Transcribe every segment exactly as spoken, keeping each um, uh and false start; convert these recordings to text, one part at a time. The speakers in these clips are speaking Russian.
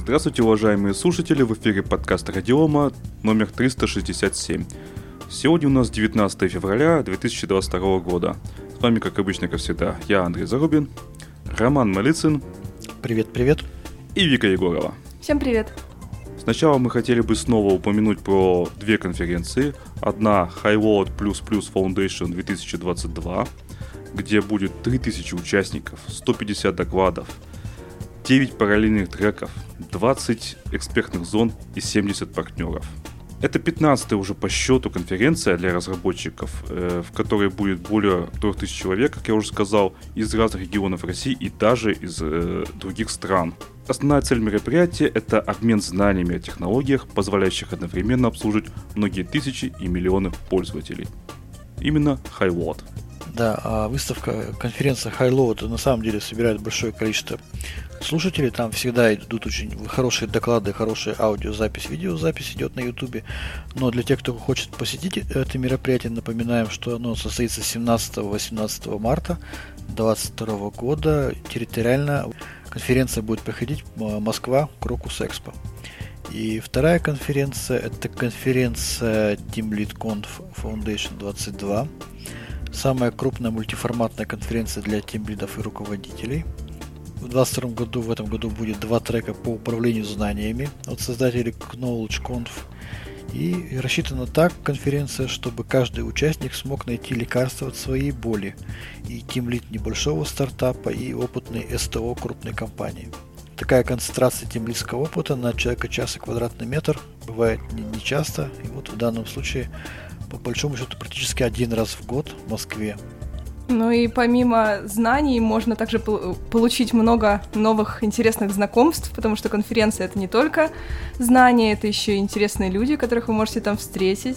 Здравствуйте, уважаемые слушатели, в эфире подкаст Радиома номер триста шестьдесят семь. Сегодня у нас девятнадцатое февраля две тысячи двадцать второго года. С вами, как обычно, как всегда, я, Андрей Зарубин, Роман Малицын. Привет-привет. И Вика Егорова. Всем привет. Сначала мы хотели бы снова упомянуть про две конференции. Одна Highload++ Foundation две тысячи двадцать два, где будет три тысячи участников, сто пятьдесят докладов, девять параллельных треков, двадцать экспертных зон и семьдесят партнеров. Это пятнадцатая уже по счету конференция для разработчиков, э, в которой будет более трех тысяч человек, как я уже сказал, из разных регионов России и даже из э, других стран. Основная цель мероприятия – это обмен знаниями о технологиях, позволяющих одновременно обслуживать многие тысячи и миллионы пользователей. Именно Highload. Да, а выставка, конференция Highload на самом деле собирает большое количество слушателей. Там всегда идут очень хорошие доклады, хорошая аудиозапись, видеозапись идет на YouTube. Но для тех, кто хочет посетить это мероприятие, напоминаем, что оно состоится семнадцатого-восемнадцатого марта две тысячи двадцать второго года. Территориально конференция будет проходить Москва, Крокус Экспо. И вторая конференция – это конференция Team Lead Conf Foundation двадцать два. Самая крупная мультиформатная конференция для тимлидов и руководителей. В две тысячи двадцать втором году, в этом году будет два трека по управлению знаниями от создателей KnowledgeConf. И рассчитана так конференция, чтобы каждый участник смог найти лекарство от своей боли. И тимлид небольшого стартапа, и опытный эс тэ о крупной компании. Такая концентрация тимлидского опыта на человека час и квадратный метр бывает нечасто. И вот в данном случае по большому счету практически один раз в год в Москве. Ну и помимо знаний можно также получить много новых интересных знакомств, потому что конференция — это не только знания, это еще и интересные люди, которых вы можете там встретить.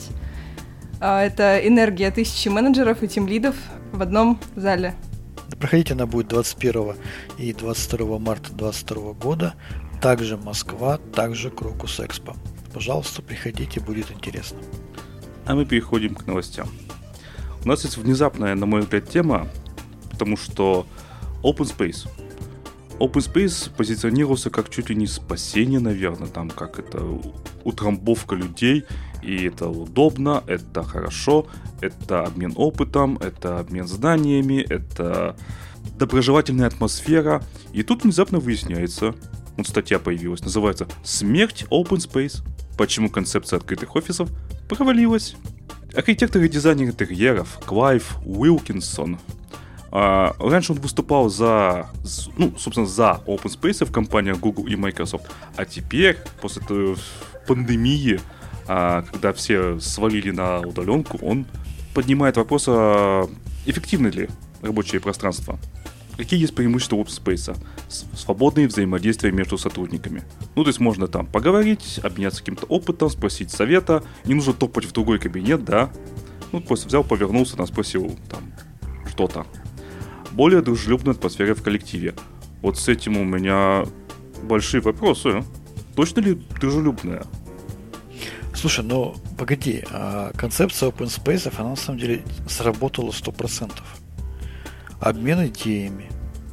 Это энергия тысячи менеджеров и тимлидов в одном зале. Проходить она будет двадцать первого и двадцать второго марта две тысячи двадцать второго года. Также Москва, также Крокус Экспо. Пожалуйста, приходите, будет интересно. А мы переходим к новостям. У нас есть внезапная, на мой взгляд, тема, потому что Open Space. Open Space позиционировался как чуть ли не спасение, наверное, там как это утрамбовка людей, и это удобно, это хорошо, это обмен опытом, это обмен знаниями, это доброжелательная атмосфера. И тут внезапно выясняется, вот статья появилась, называется «Смерть Open Space. Почему концепция открытых офисов провалилась». Архитектор и дизайнер интерьеров Клайв Уилкинсон. А, раньше он выступал за, ну, собственно, за Open Space в компаниях Google и Microsoft. А теперь, после той пандемии, а, когда все свалили на удаленку, он поднимает вопрос, а эффективны ли рабочие пространства. Какие есть преимущества Open Space? Свободные взаимодействия между сотрудниками. Ну, то есть можно там поговорить, обменяться каким-то опытом, спросить совета. Не нужно топать в другой кабинет, да. Ну, просто взял, повернулся, там, спросил там что-то. Более дружелюбная атмосфера в коллективе. Вот с этим у меня большие вопросы. Точно ли дружелюбная? Слушай, ну, погоди. Концепция Open Space, она на самом деле сработала сто процентов. Обмен идеями,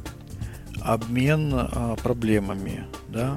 обмен а, проблемами, да,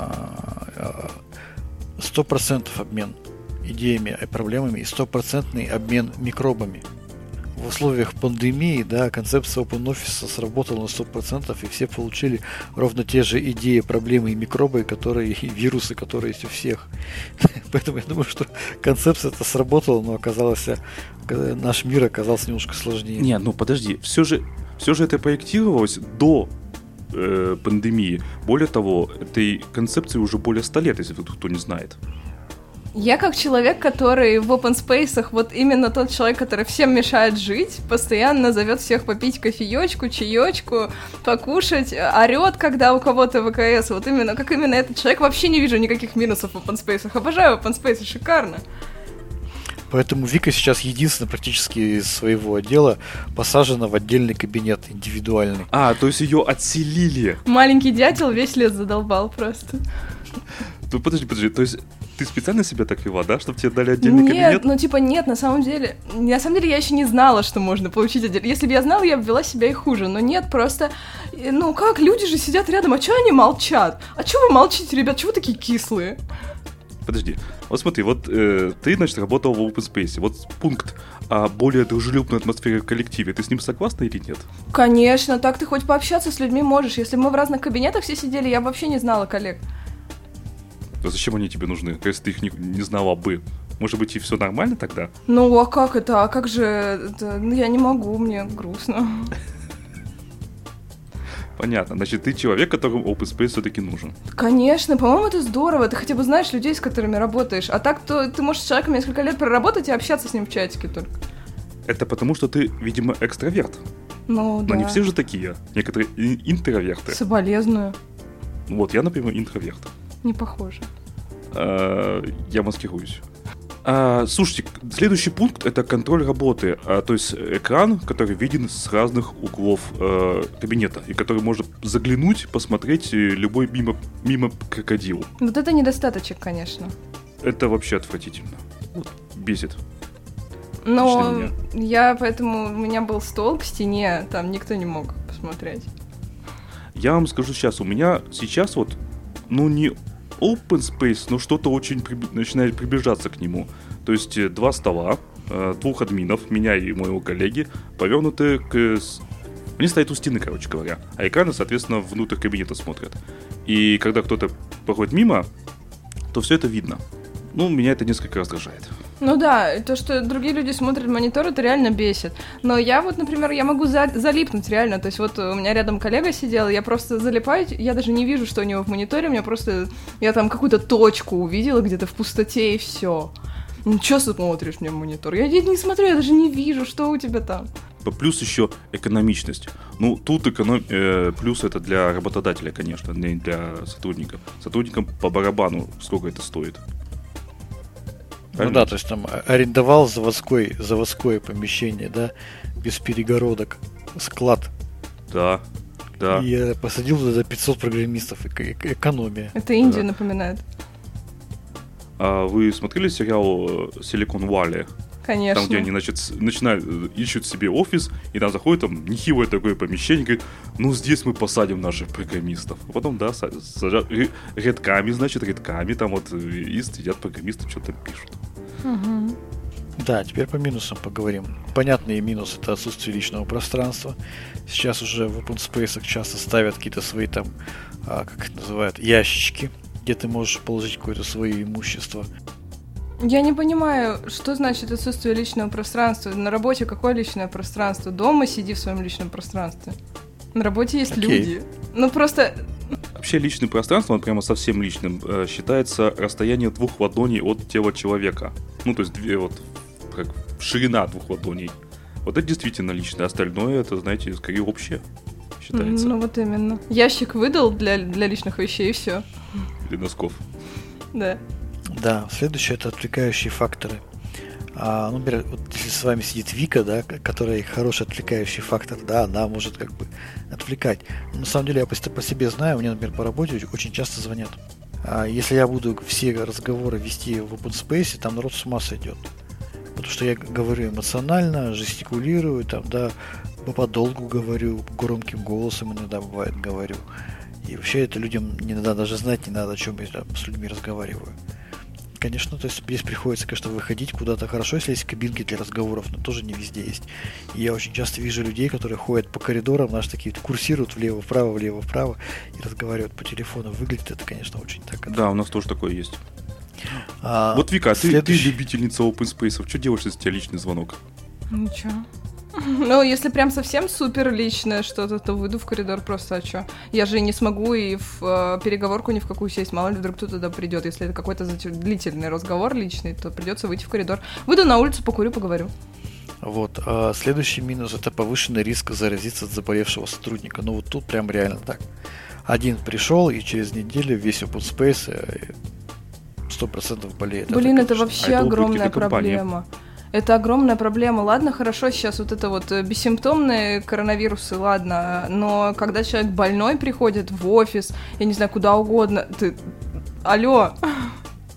сто процентов обмен идеями и проблемами и стопроцентный обмен микробами. В условиях пандемии, да, концепция Open Office сработала на сто процентов, и все получили ровно те же идеи, проблемы и микробы, которые, и вирусы, которые есть у всех. Поэтому я думаю, что концепция-то сработала, но оказалось, наш мир оказался немножко сложнее. Не, ну подожди, все же, все же это проектировалось до э, пандемии. Более того, этой концепции уже более ста лет, если кто не знает. Я как человек, который в open space'ах, вот именно тот человек, который всем мешает жить, постоянно зовет всех попить кофеечку, чаечку, покушать, орет, когда у кого-то ВКС, вот именно, как именно этот человек, вообще не вижу никаких минусов в open space'ах. Обожаю open space, шикарно. Поэтому Вика сейчас единственная практически из своего отдела посажена в отдельный кабинет индивидуальный. А, то есть ее отселили. Маленький дятел весь лес задолбал просто. Ну подожди, подожди, то есть Ты специально себя так вела, да? Чтобы тебе дали отдельный нет, кабинет? Нет, ну типа нет, на самом деле... На самом деле я еще не знала, что можно получить отдельный. Если бы я знала, я бы вела себя и хуже. Но нет, просто... Ну как, люди же сидят рядом, а чё они молчат? А чё вы молчите, ребят? Чего вы такие кислые? Подожди, вот смотри, вот э, ты, значит, работал в Open Space. Вот пункт о более дружелюбной атмосфере в коллективе. Ты с ним согласна или нет? Конечно, так ты хоть пообщаться с людьми можешь. Если бы мы в разных кабинетах все сидели, я бы вообще не знала коллег. А зачем они тебе нужны, если ты их не, не знала бы? Может быть, и все нормально тогда? Ну, а как это? А как же это? Ну, я не могу, мне грустно. Понятно. Значит, ты человек, которому Open Space все-таки нужен. Конечно, по-моему, это здорово. Ты хотя бы знаешь людей, с которыми работаешь. А так то ты можешь с человеком несколько лет проработать и общаться с ним в чатике только. Это потому, что ты, видимо, экстраверт. Ну, Но да. не все же такие. Некоторые интроверты. Соболезную. Вот, я, например, интроверт. Не похоже. А, я маскируюсь. А, слушайте, следующий пункт — это контроль работы. А, то есть экран, который виден с разных углов а, кабинета, и который может заглянуть, посмотреть любой мимо, мимо крокодил. Вот это недостаточек, конечно. Это вообще отвратительно. Вот, бесит. Но я поэтому... У меня был стол к стене, там никто не мог посмотреть. Я вам скажу сейчас, у меня сейчас вот, ну не open space, но что-то очень приби- начинает приближаться к нему. То есть два стола, двух админов, меня и моего коллеги, повернуты к... Они стоят у стены, короче говоря, а экраны, соответственно, внутрь кабинета смотрят. И когда кто-то проходит мимо, то все это видно. Ну, меня это несколько раздражает. Ну да, то, что другие люди смотрят монитор, это реально бесит. Но я вот, например, я могу за- залипнуть реально. То есть вот у меня рядом коллега сидел, я просто залипаю, я даже не вижу, что у него в мониторе, у меня просто... Я там какую-то точку увидела где-то в пустоте, и все. Ну, чё смотришь мне в монитор? Я не смотрю, я даже не вижу, что у тебя там. Плюс еще экономичность. Ну, тут эконом... э, плюс это для работодателя, конечно, не для сотрудников. Сотрудникам по барабану сколько это стоит. Правильно? Ну да, то есть там арендовал заводской, заводское помещение, да, без перегородок, склад. Да, да. И я посадил туда пятьсот программистов, эко- эко- экономия. Это Индию да. напоминает. А вы смотрели сериал Silicon Valley? Конечно. Там, где они, значит, начинают, ищут себе офис, и там заходит там нехилое такое помещение, говорит, ну, здесь мы посадим наших программистов. А потом, да, сажают рядками, значит, рядками там вот и сидят программисты, что-то пишут. Угу. Да, теперь по минусам поговорим. Понятный минус — это отсутствие личного пространства. Сейчас уже в open space часто ставят какие-то свои там, а, как это называют, ящички, где ты можешь положить какое-то свое имущество. Я не понимаю, что значит отсутствие личного пространства. На работе какое личное пространство? Дома сиди в своем личном пространстве. На работе есть Окей. люди. Ну просто... Вообще личное пространство, он прямо совсем личным, э, считается расстояние двух ладоней от тела человека. Ну, то есть две вот, как ширина двух ладоней. Вот это действительно личное, остальное это, знаете, скорее общее считается. Ну вот именно. Ящик выдал для, для личных вещей, и все. Для носков. Да. Да, следующее — это отвлекающие факторы. А, ну, например, вот если с вами сидит Вика, да, которая хороший отвлекающий фактор, да, она может как бы отвлекать. Но на самом деле я по, по себе знаю, мне, например, по работе очень часто звонят. А если я буду все разговоры вести в open space, там народ с ума сойдет. Потому что я говорю эмоционально, жестикулирую, там, да, подолгу говорю, громким голосом иногда бывает говорю. И вообще это людям не надо даже знать, не надо, о чем я там с людьми разговариваю. Конечно, то есть здесь приходится, конечно, выходить куда-то. Хорошо, если есть кабинки для разговоров, но тоже не везде есть. И я очень часто вижу людей, которые ходят по коридорам, наши такие курсируют влево-вправо, влево-вправо и разговаривают по телефону. Выглядит это, конечно, очень так. Да, у нас тоже такое есть. А, вот, Вика, а следующий... ты, ты любительница open space. Что делаешь, если у тебя личный звонок? Ничего. Ну, если прям совсем супер личное что-то, то выйду в коридор просто, а чё? Я же не смогу и в э, переговорку ни в какую сесть, мало ли вдруг кто туда придет. Если это какой-то длительный разговор личный, то придется выйти в коридор. Выйду на улицу, покурю, поговорю. Вот. А следующий минус — это повышенный риск заразиться от заболевшего сотрудника. Ну, вот тут прям реально так. Один пришел, и через неделю весь open space сто процентов болеет. Блин, это, это вообще а это огромная проблема. Это огромная проблема. Ладно, хорошо, сейчас вот это вот бессимптомные коронавирусы, ладно, но когда человек больной приходит в офис, я не знаю, куда угодно, ты... Алло!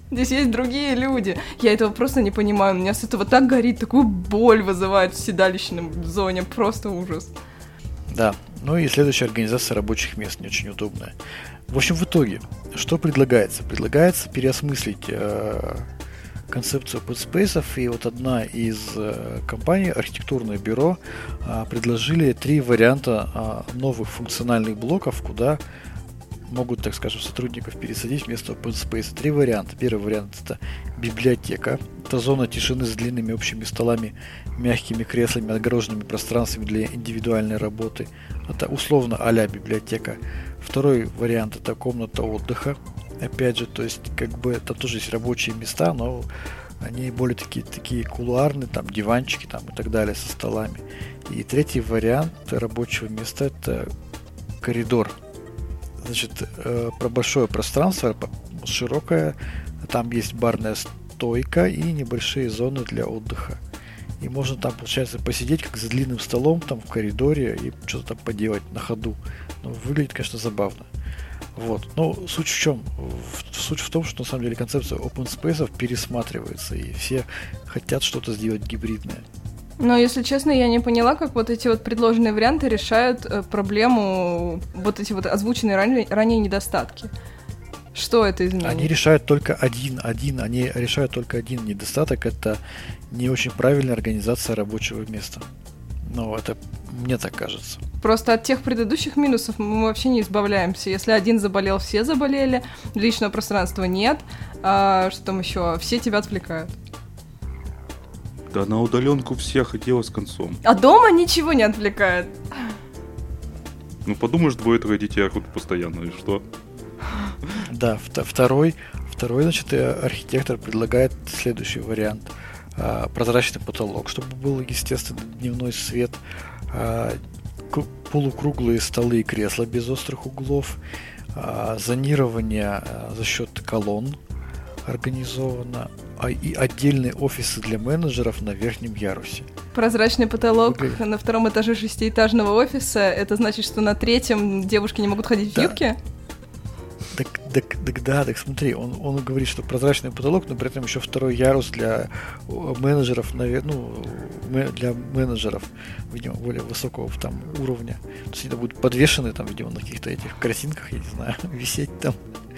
Здесь есть другие люди. Я этого просто не понимаю. У меня с этого так горит, такую боль вызывает в седалищной зоне. Просто ужас. Да. Ну и следующая организация рабочих мест не очень удобная. В общем, в итоге, что предлагается? Предлагается переосмыслить э, концепцию опенспейсов. И вот одна из э, компаний, архитектурное бюро, э, предложили три варианта э, новых функциональных блоков, куда могут, так скажем, сотрудников пересадить вместо OpenSpace. Три варианта. Первый вариант — это библиотека. Это зона тишины с длинными общими столами, мягкими креслами, отгороженными пространствами для индивидуальной работы. Это условно а-ля библиотека. Второй вариант — это комната отдыха. Опять же, то есть, как бы, это тоже есть рабочие места, но они более такие, такие кулуарные, там, диванчики там, и так далее, со столами. И третий вариант рабочего места — это коридор. Значит, э, про большое пространство, широкое, там есть барная стойка и небольшие зоны для отдыха. И можно там, получается, посидеть как за длинным столом там в коридоре и что-то там поделать на ходу. Ну, выглядит, конечно, забавно. Вот. Но суть в чем? В, суть в том, что на самом деле концепция OpenSpace пересматривается, и все хотят что-то сделать гибридное. Но, если честно, я не поняла, как вот эти вот предложенные варианты решают э, проблему, вот эти вот озвученные ранее, ранее недостатки. Что это изменит? Они решают только один, один, они решают только один недостаток, это не очень правильная организация рабочего места. Ну, это мне так кажется. Просто от тех предыдущих минусов мы вообще не избавляемся. Если один заболел, все заболели, личного пространства нет, а, что там еще? Все тебя отвлекают. Да на удаленку всех и дело с концом. А дома ничего не отвлекает. Ну подумаешь, двое-трое детей орут постоянно, и что? Да, второй, второй, значит, архитектор предлагает следующий вариант. Прозрачный потолок, чтобы был естественный дневной свет, полукруглые столы и кресла без острых углов, зонирование за счет колонн организовано, и отдельные офисы для менеджеров на верхнем ярусе. Прозрачный потолок Выглядит. На втором этаже шестиэтажного офиса, это значит, что на третьем девушки не могут ходить да. в юбке? Так, так, так, да, так смотри, он, он говорит, что прозрачный потолок, но при этом еще второй ярус для менеджеров, ну, для менеджеров, видимо, более высокого там уровня. То есть они будут подвешены там, видимо, на каких-то этих картинках, я не знаю, висеть там.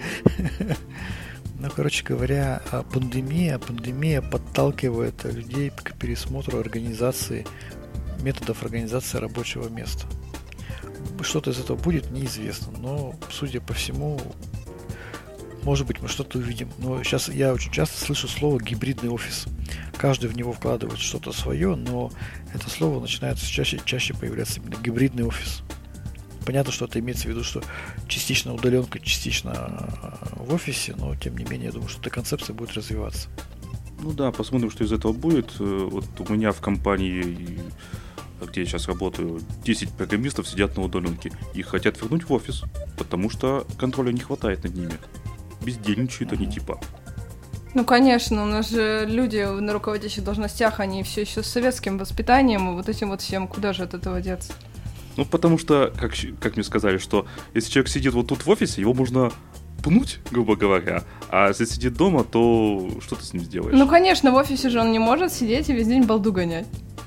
Ну, короче говоря, пандемия, пандемия подталкивает людей к пересмотру организации, методов организации рабочего места. Что-то из этого будет, неизвестно, но, судя по всему, может быть, мы что-то увидим. Но сейчас я очень часто слышу слово «гибридный офис». Каждый в него вкладывает что-то свое, но это слово начинает чаще, чаще появляться именно «гибридный офис». Понятно, что это имеется в виду, что частично удаленка, частично в офисе, но, тем не менее, я думаю, что эта концепция будет развиваться. Ну да, посмотрим, что из этого будет. Вот у меня в компании, где я сейчас работаю, десять программистов сидят на удаленке. Их хотят вернуть в офис, потому что контроля не хватает над ними. Бездельничают они типа. Ну, конечно, у нас же люди на руководящих должностях, они все еще с советским воспитанием, и вот этим вот всем, куда же от этого деться? Ну, потому что, как, как мне сказали, что если человек сидит вот тут в офисе, его можно пнуть, грубо говоря, а если сидит дома, то что ты с ним сделаешь? Ну, конечно, в офисе же он не может сидеть и весь день балду гонять.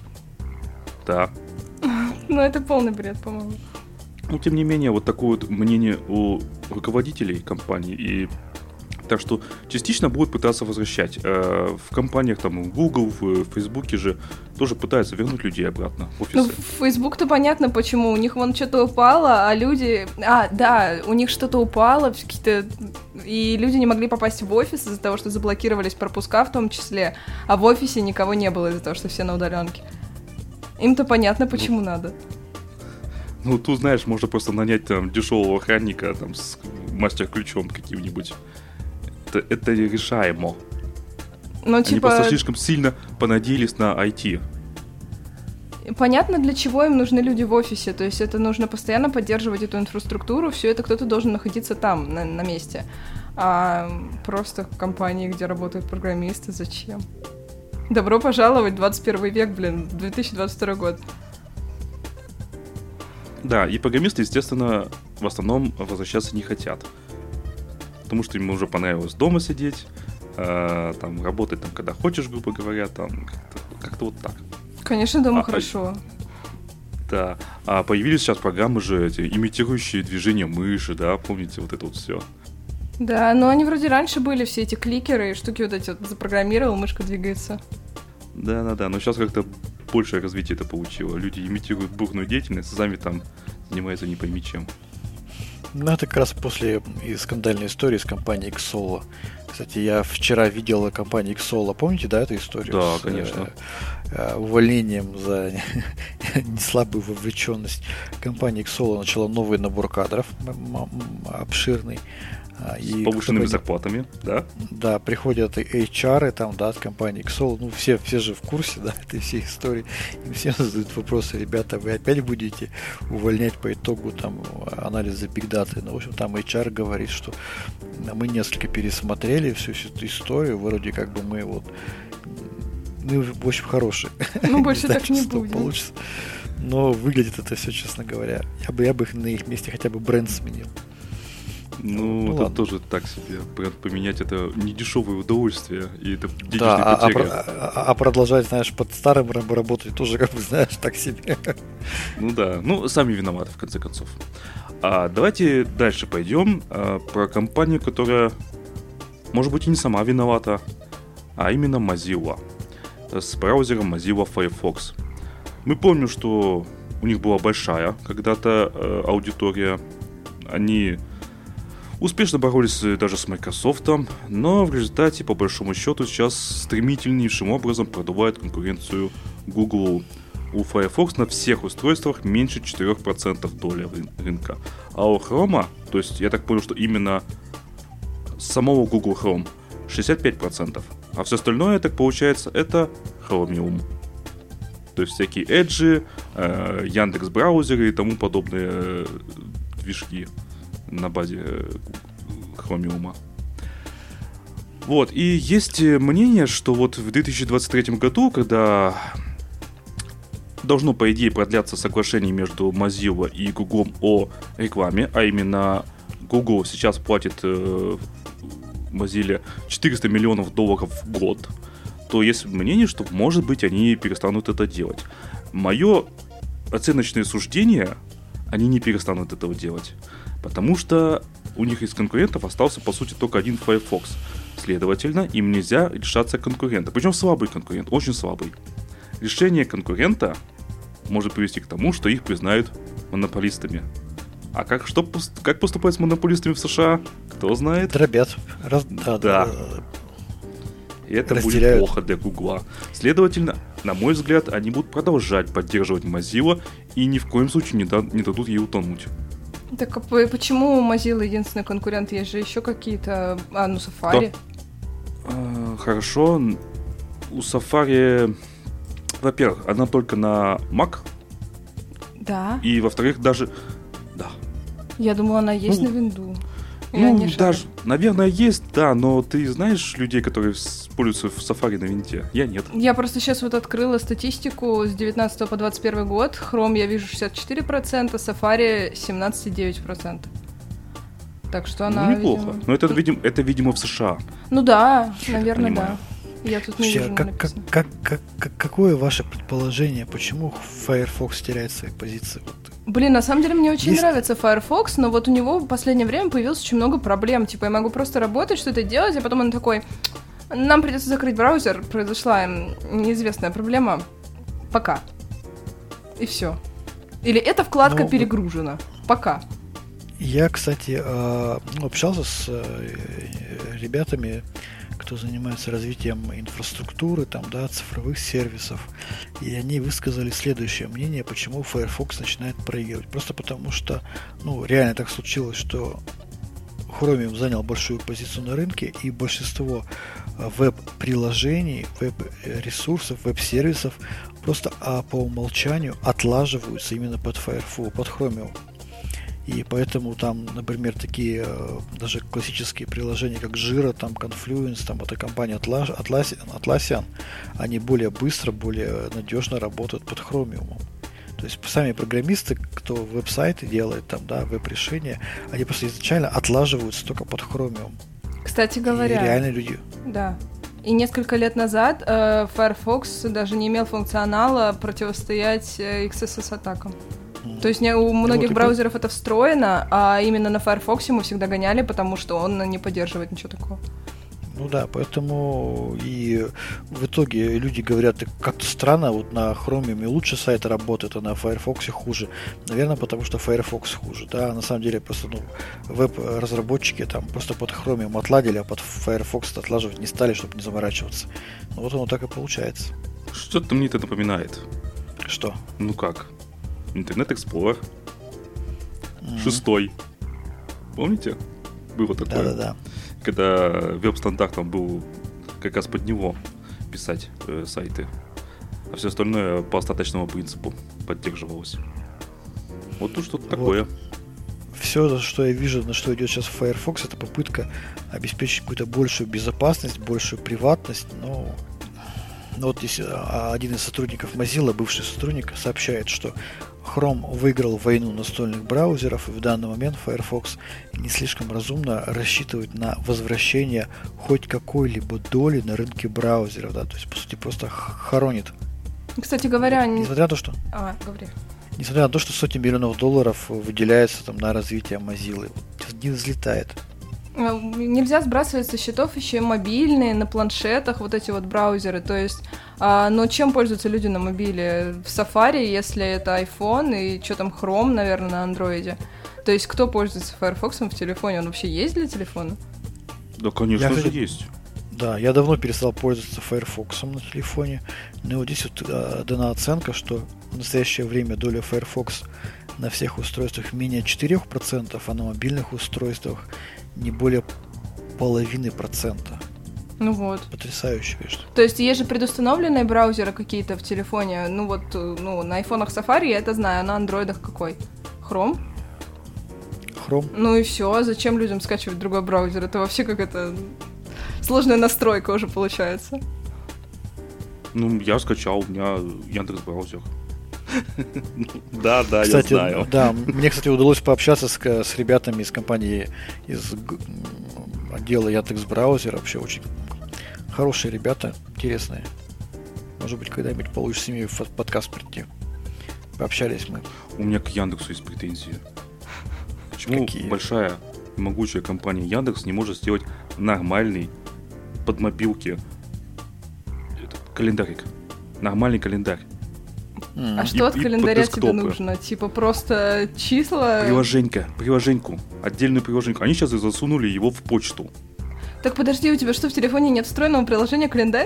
Да. Ну, это полный бред, по-моему. Но, тем не менее, вот такое вот мнение у руководителей компании. И так что частично будут пытаться возвращать. В компаниях, там, в Google, в Фейсбуке же тоже пытаются вернуть людей обратно в офисы. Ну, в Facebook-то понятно, почему. У них вон что-то упало, а люди... А, да, у них что-то упало, какие-то... И люди не могли попасть в офис из-за того, что заблокировались пропуска в том числе, а в офисе никого не было из-за того, что все на удаленке. Им-то понятно, почему ну, надо. Ну, тут, знаешь, можно просто нанять там дешевого охранника там с мастер-ключом каким-нибудь. Это, это решаемо. Ну, Они типа... просто слишком сильно понадеялись на ай ти. Понятно, для чего им нужны люди в офисе. То есть это нужно постоянно поддерживать эту инфраструктуру. Все это кто-то должен находиться там, на, на месте. А просто в компании, где работают программисты, зачем? Добро пожаловать в двадцать первый век, блин, две тысячи двадцать второй год. Да, и программисты, естественно, в основном возвращаться не хотят. Потому что им уже понравилось дома сидеть, э, там, работать, там, когда хочешь, грубо говоря, там, как-то, как-то вот так. Конечно, думаю, а, хорошо. Да. А появились сейчас программы же эти, имитирующие движение мыши, да, помните, вот это вот все. Да, но они вроде раньше были, все эти кликеры и штуки вот эти вот запрограммировал, мышка двигается. Да-да-да, но сейчас как-то большее развитие это получило. Люди имитируют бурную деятельность, сами там занимаются не пойми чем. Ну, это как раз после скандальной истории с компанией Xolo. Кстати, я вчера видел компанию Xolo. Помните, да, эту историю? Да, с, конечно. Э, увольнением за неслабую вовлеченность. Компания Xolo начала новый набор кадров, обширный. И с повышенными зарплатами, да? Да, приходят эйч ар, там, да, от компании Xolo, ну, все, все же в курсе, да, этой всей истории. Им всем задают вопросы: ребята, вы опять будете увольнять по итогу там анализа Big Data? Ну, в общем, там эйч ар говорит, что мы несколько пересмотрели всю эту историю, вроде как бы мы вот, мы, в общем, хорошие. Ну, больше так не будет. Получится. Но выглядит это все, честно говоря. Я бы, я бы их на их месте хотя бы бренд сменил. Ну, ну это ладно. Тоже так себе. Бренд поменять — это не дешевое удовольствие, и это денежные да, потери. А, а, а продолжать, знаешь, под старым работать тоже, как бы, знаешь, так себе. Ну да, ну сами виноваты, в конце концов. А давайте дальше пойдем а, про компанию, которая, может быть, и не сама виновата, а именно Mozilla с браузером Mozilla Firefox. Мы помним, что у них была большая когда-то э, аудитория. Они успешно боролись даже с Microsoft, но в результате, по большому счету, сейчас стремительнейшим образом продувают конкуренцию Google. У Firefox на всех устройствах меньше четыре процента доли рынка. А у Chrome, то есть я так понял, что именно самого Google Chrome, шестьдесят пять процентов. А все остальное, так получается, это Chromium. То есть всякие Edge, э, Яндекс браузеры и тому подобные э, движки на базе Chromium. Вот, и есть мнение, что вот в две тысячи двадцать третьем году, когда должно, по идее, продляться соглашение между Mozilla и Google о рекламе, а именно Google сейчас платит э, Mozilla четыреста миллионов долларов в год, то есть мнение, что, может быть, они перестанут это делать. Мое оценочное суждение: они не перестанут этого делать. Потому что у них из конкурентов остался, по сути, только один Firefox. Следовательно, им нельзя лишаться конкурента. Причем слабый конкурент, очень слабый. Решение конкурента может привести к тому, что их признают монополистами. А как, что, как поступать с монополистами в США? Кто знает? Дробят. Раз, да. да. И это разделяют. Будет плохо для Гугла. Следовательно, на мой взгляд, они будут продолжать поддерживать Mozilla и ни в коем случае не, да, не дадут ей утонуть. Так а почему у Mozilla единственный конкурент? Есть же еще какие-то... А, ну, Safari. А, хорошо. У Safari, во-первых, она только на Mac. Да. И, во-вторых, даже... Да. Я думала, она есть ну, на Windows. Я ну, даже, наверное, есть, да, но ты знаешь людей, которые пользуются в Safari на винте? Я нет. Я просто сейчас вот открыла статистику с девятнадцатого по двадцать первый год. Chrome я вижу шестьдесят четыре процента, Safari семнадцать целых девять десятых процента. Так что она, ну, неплохо. Видимо... Но это, видимо, это, видимо, в США. Ну да, наверное, Понимаю. да. Я тут не Слушайте, вижу, а как, как, как, как, как, какое ваше предположение, почему Firefox теряет свои позиции? Блин, на самом деле мне очень Есть... нравится Firefox, но вот у него в последнее время появилось очень много проблем. Типа, я могу просто работать, что-то делать, а потом он такой: нам придется закрыть браузер, произошла неизвестная проблема. Пока. И все. Или эта вкладка ну, перегружена. Пока. Я, кстати, общался с ребятами, кто занимается развитием инфраструктуры, там, да, цифровых сервисов, и они высказали следующее мнение, почему Firefox начинает проигрывать. Просто потому что, ну, реально так случилось, что Chromium занял большую позицию на рынке, и большинство веб-приложений, веб-ресурсов, веб-сервисов просто а, по умолчанию отлаживаются именно под Firefox, под Chromium. И поэтому там, например, такие даже классические приложения, как Jira, там Confluence, там эта компания Atlas, Atlassian, они более быстро, более надежно работают под Chromium. То есть сами программисты, кто веб-сайты делает, там, да, веб-решения, они просто изначально отлаживаются только под Chromium. Кстати говоря, и реально люди... Да. И несколько лет назад э, Firefox даже не имел функционала противостоять э, икс эс эс-атакам. Mm. То есть не, у многих ну, браузеров это встроено, а именно на Firefox мы всегда гоняли, потому что он не поддерживает ничего такого. Ну да, поэтому и в итоге люди говорят, как-то странно, вот на Chromium лучше сайт работает, а на Firefox хуже. Наверное, потому что Firefox хуже, да, на самом деле просто, ну, веб-разработчики там просто под Chromium отладили, а под Firefox отлаживать не стали, чтобы не заморачиваться. Ну вот оно так и получается. Что-то мне это напоминает. Что? Ну как? Internet Explorer. Mm-hmm. Шестой. Помните? Было такое. Да-да-да. Когда веб-стандартом был как раз под него писать э, сайты, а все остальное по остаточному принципу поддерживалось. Вот тут что-то вот. Такое. Все, что я вижу, на что идет сейчас Firefox, это попытка обеспечить какую-то большую безопасность, большую приватность, но... Ну, вот здесь один из сотрудников Mozilla, бывший сотрудник, сообщает, что Chrome выиграл войну настольных браузеров, и в данный момент Firefox не слишком разумно рассчитывать на возвращение хоть какой-либо доли на рынке браузеров, да, то есть, по сути, просто хоронит. Кстати говоря... Вот, несмотря на то, что... А, говори. Несмотря на то, что сотни миллионов долларов выделяется там на развитие Mozilla, вот, не взлетает. Нельзя сбрасывать со счетов еще и мобильные, на планшетах, вот эти вот браузеры. То есть, а, но чем пользуются люди на мобиле? В Safari, если это iPhone, и что там, Chrome, наверное, на андроиде. То есть, кто пользуется Firefox в телефоне? Он вообще есть для телефона? Да, конечно я же, хоть... есть. Да, я давно перестал пользоваться Firefox на телефоне. Но вот здесь вот а, дана оценка, что в настоящее время доля Firefox на всех устройствах менее четыре процента, а на мобильных устройствах не более половины процента. Ну вот. Потрясающе, конечно. То есть есть же предустановленные браузеры какие-то в телефоне. Ну вот, ну, на айфонах Safari я это знаю, а на андроидах какой? Chrome? Chrome. Ну и все, зачем людям скачивать другой браузер? Это вообще какая-то сложная настройка уже получается. Ну, я скачал, у меня Яндекс.Браузер. Да, да, кстати, я знаю. Да, мне, кстати, удалось пообщаться с, с ребятами из компании, из отдела Яндекс.Браузер. Вообще очень хорошие ребята, интересные. Может быть, когда-нибудь получится с ними в подкаст прийти. Пообщались мы. У меня к Яндексу есть претензии. Почему Какие? большая и могучая компания Яндекс не может сделать нормальный под мобилки календарик? Нормальный календарь. Mm. А что и, от календаря тебе нужно? Типа просто числа? Приложенька, приложеньку, отдельную приложеньку. Они сейчас и засунули его в почту. Так подожди, у тебя что, в телефоне нет встроенного приложения календарь?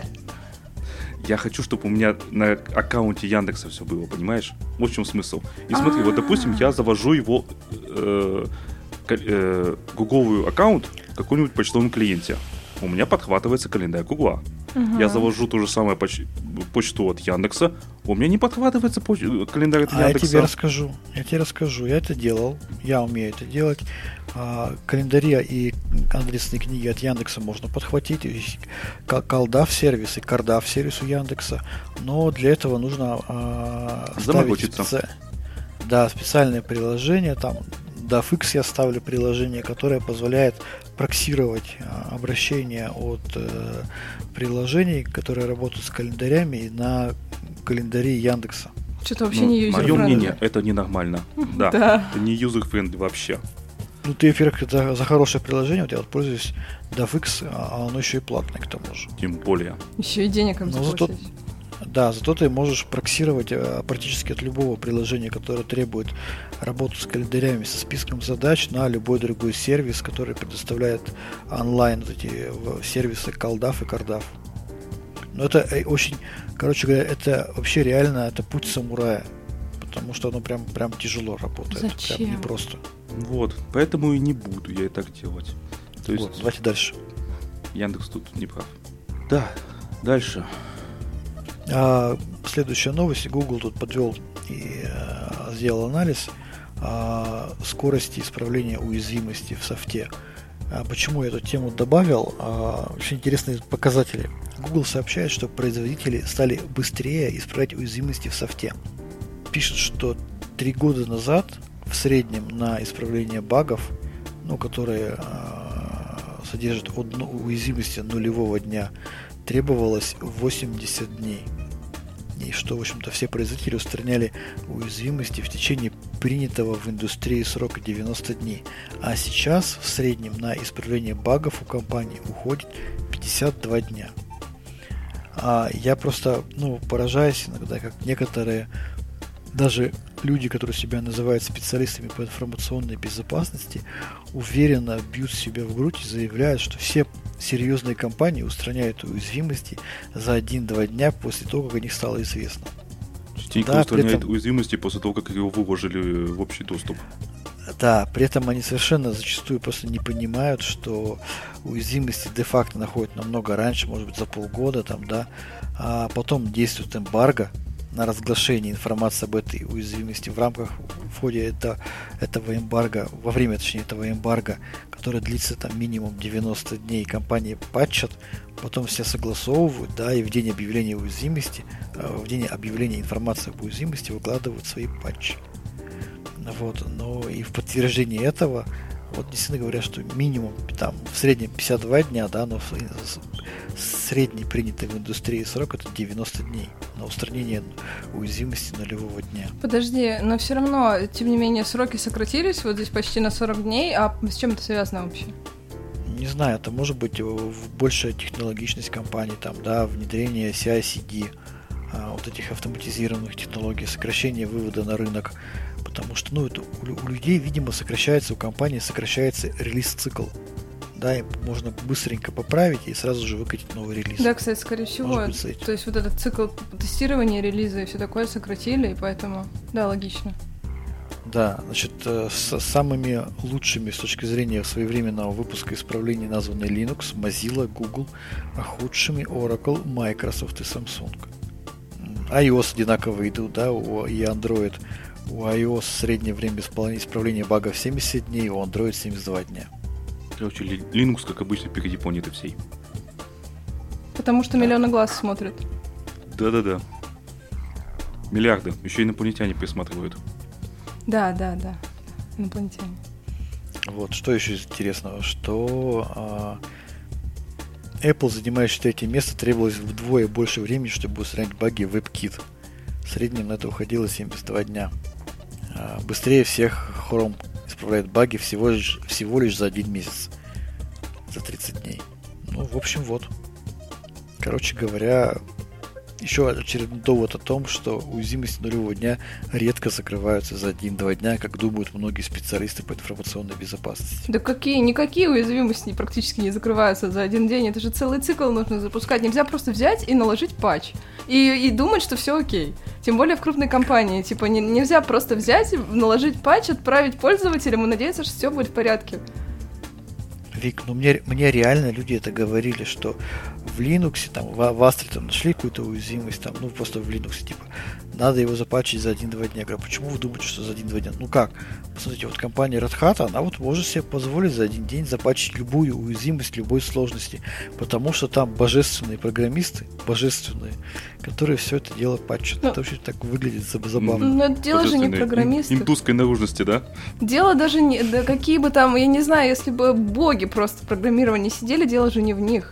Я хочу, чтобы у меня на аккаунте Яндекса все было, понимаешь? Вот в чем смысл. И смотри, вот допустим, я завожу его э, э, гугловый аккаунт в каком-нибудь почтовом клиенте. У меня подхватывается календарь Гугла. Uh-huh. Я завожу ту же самую поч- почту от Яндекса, у меня не подхватывается поч- календарь от а Яндекса. Я тебе расскажу. Я тебе расскажу. Я это делал. Я умею это делать. А, календари и адресные книги от Яндекса можно подхватить. Колдав сервис и Кардав сервис у Яндекса. Но для этого нужно а, ставить специ... да, специальное приложение. Там DAFX я ставлю приложение, которое позволяет проксировать а, обращения от э, приложений, которые работают с календарями, на календари Яндекса. Что-то вообще ну, не юзер-френдли. Мое мнение, это ненормально. Да, да. Это не юзер-френдли вообще. Ну, ты, во-первых, за, за хорошее приложение, вот я вот пользуюсь DAFX, а оно еще и платное к тому же. Тем более. Еще и денег им заплатить. Да, зато ты можешь проксировать а, практически от любого приложения, которое требует работу с календарями, со списком задач, на любой другой сервис, который предоставляет онлайн вот эти сервисы Колдав и Кардав. Но это очень, короче говоря, это вообще реально, это путь самурая, потому что оно прям, прям тяжело работает. Зачем? Прям непросто. Вот, поэтому и не буду я и так делать. То есть, вот, давайте дальше. Яндекс тут не прав. Да, дальше. А, следующая новость. Google тут подвел и а, сделал анализ а, скорости исправления уязвимости в софте. А почему я эту тему добавил? А, очень интересные показатели. Google сообщает, что производители стали быстрее исправлять уязвимости в софте. Пишет, что три года назад в среднем на исправление багов, ну, которые а, содержит одну уязвимость нулевого дня, требовалось восемьдесят дней. И что, в общем-то, все производители устраняли уязвимости в течение принятого в индустрии срока девяносто дней. А сейчас в среднем на исправление багов у компании уходит пятьдесят два дня. А я просто, ну, поражаюсь иногда, как некоторые, даже люди, которые себя называют специалистами по информационной безопасности, уверенно бьют себя в грудь и заявляют, что все серьезные компании устраняют уязвимости за один-два дня после того, как о них стало известно. Частенько да, устраняют этом... уязвимости после того, как его выложили в общий доступ. Да, при этом они совершенно зачастую просто не понимают, что уязвимости де-факто находят намного раньше, может быть, за полгода, там, да, а потом действует эмбарго на разглашение информации об этой уязвимости в рамках, в ходе это, этого эмбарго, во время, точнее, этого эмбарго, которое длится там минимум девяносто дней, компании патчат, потом все согласовывают, да, и в день объявления уязвимости, в день объявления информации об уязвимости выкладывают свои патчи. Вот, но и в подтверждение этого, вот действительно говорят, что минимум там в среднем пятьдесят два дня, да, но средний принятый в индустрии срок это девяносто дней на устранение уязвимости нулевого дня. Подожди, но все равно, тем не менее, сроки сократились, вот здесь почти на сорок дней, а с чем это связано вообще? Не знаю, это может быть большая технологичность компании, там, да, внедрение си ай си ди, вот этих автоматизированных технологий, сокращение вывода на рынок, потому что, ну, это у, у людей, видимо, сокращается, у компании сокращается релиз-цикл, да, и можно быстренько поправить и сразу же выкатить новый релиз. Да, кстати, скорее всего, то есть вот этот цикл тестирования релиза и все такое сократили, и поэтому, да, логично. Да, значит, с самыми лучшими с точки зрения своевременного выпуска исправлений названы Linux, Mozilla, Google, а худшими Oracle, Microsoft и Samsung. iOS одинаково идут, да, и Android. У iOS среднее время исправления багов семьдесят дней, у Android семьдесят два дня. Короче, Linux, как обычно, впереди планеты всей. Потому что миллионы глаз смотрят. Да-да-да. Миллиарды. Еще инопланетяне присматривают. Да, да, да. Инопланетяне. Вот, что еще интересного, что а, Apple, занимающий третье место, требовалось вдвое больше времени, чтобы устранить баги в WebKit. В среднем на это уходило семьдесят два дня. А, быстрее всех Chrome исправляет баги всего лишь, всего лишь за один месяц. За тридцать дней. Ну, в общем, вот. Короче говоря, еще очередной довод о том, что уязвимости нулевого дня редко закрываются за один-два дня, как думают многие специалисты по информационной безопасности. Да какие, никакие уязвимости практически не закрываются за один день. Это же целый цикл нужно запускать. Нельзя просто взять и наложить патч. И, и думать, что все окей. Тем более в крупной компании. Типа не, нельзя просто взять, наложить патч, отправить пользователям и надеяться, что все будет в порядке. Вик, ну мне, мне реально люди это говорили, что в Linux, там, в, в Astra там нашли какую-то уязвимость, там, ну просто в Linux, типа, надо его запатчить за один-два дня. Я говорю, почему вы думаете, что за один-два дня? Ну как? Посмотрите, вот компания Red Hat, она вот может себе позволить за один день запатчить любую уязвимость любой сложности, потому что там божественные программисты, божественные, которые все это дело патчат. Ну, это вообще так выглядит забавно. Но дело же не программисты. Индусской наружности, да? Дело даже не... Да какие бы там, я не знаю, если бы боги просто программирование сидели, дело же не в них.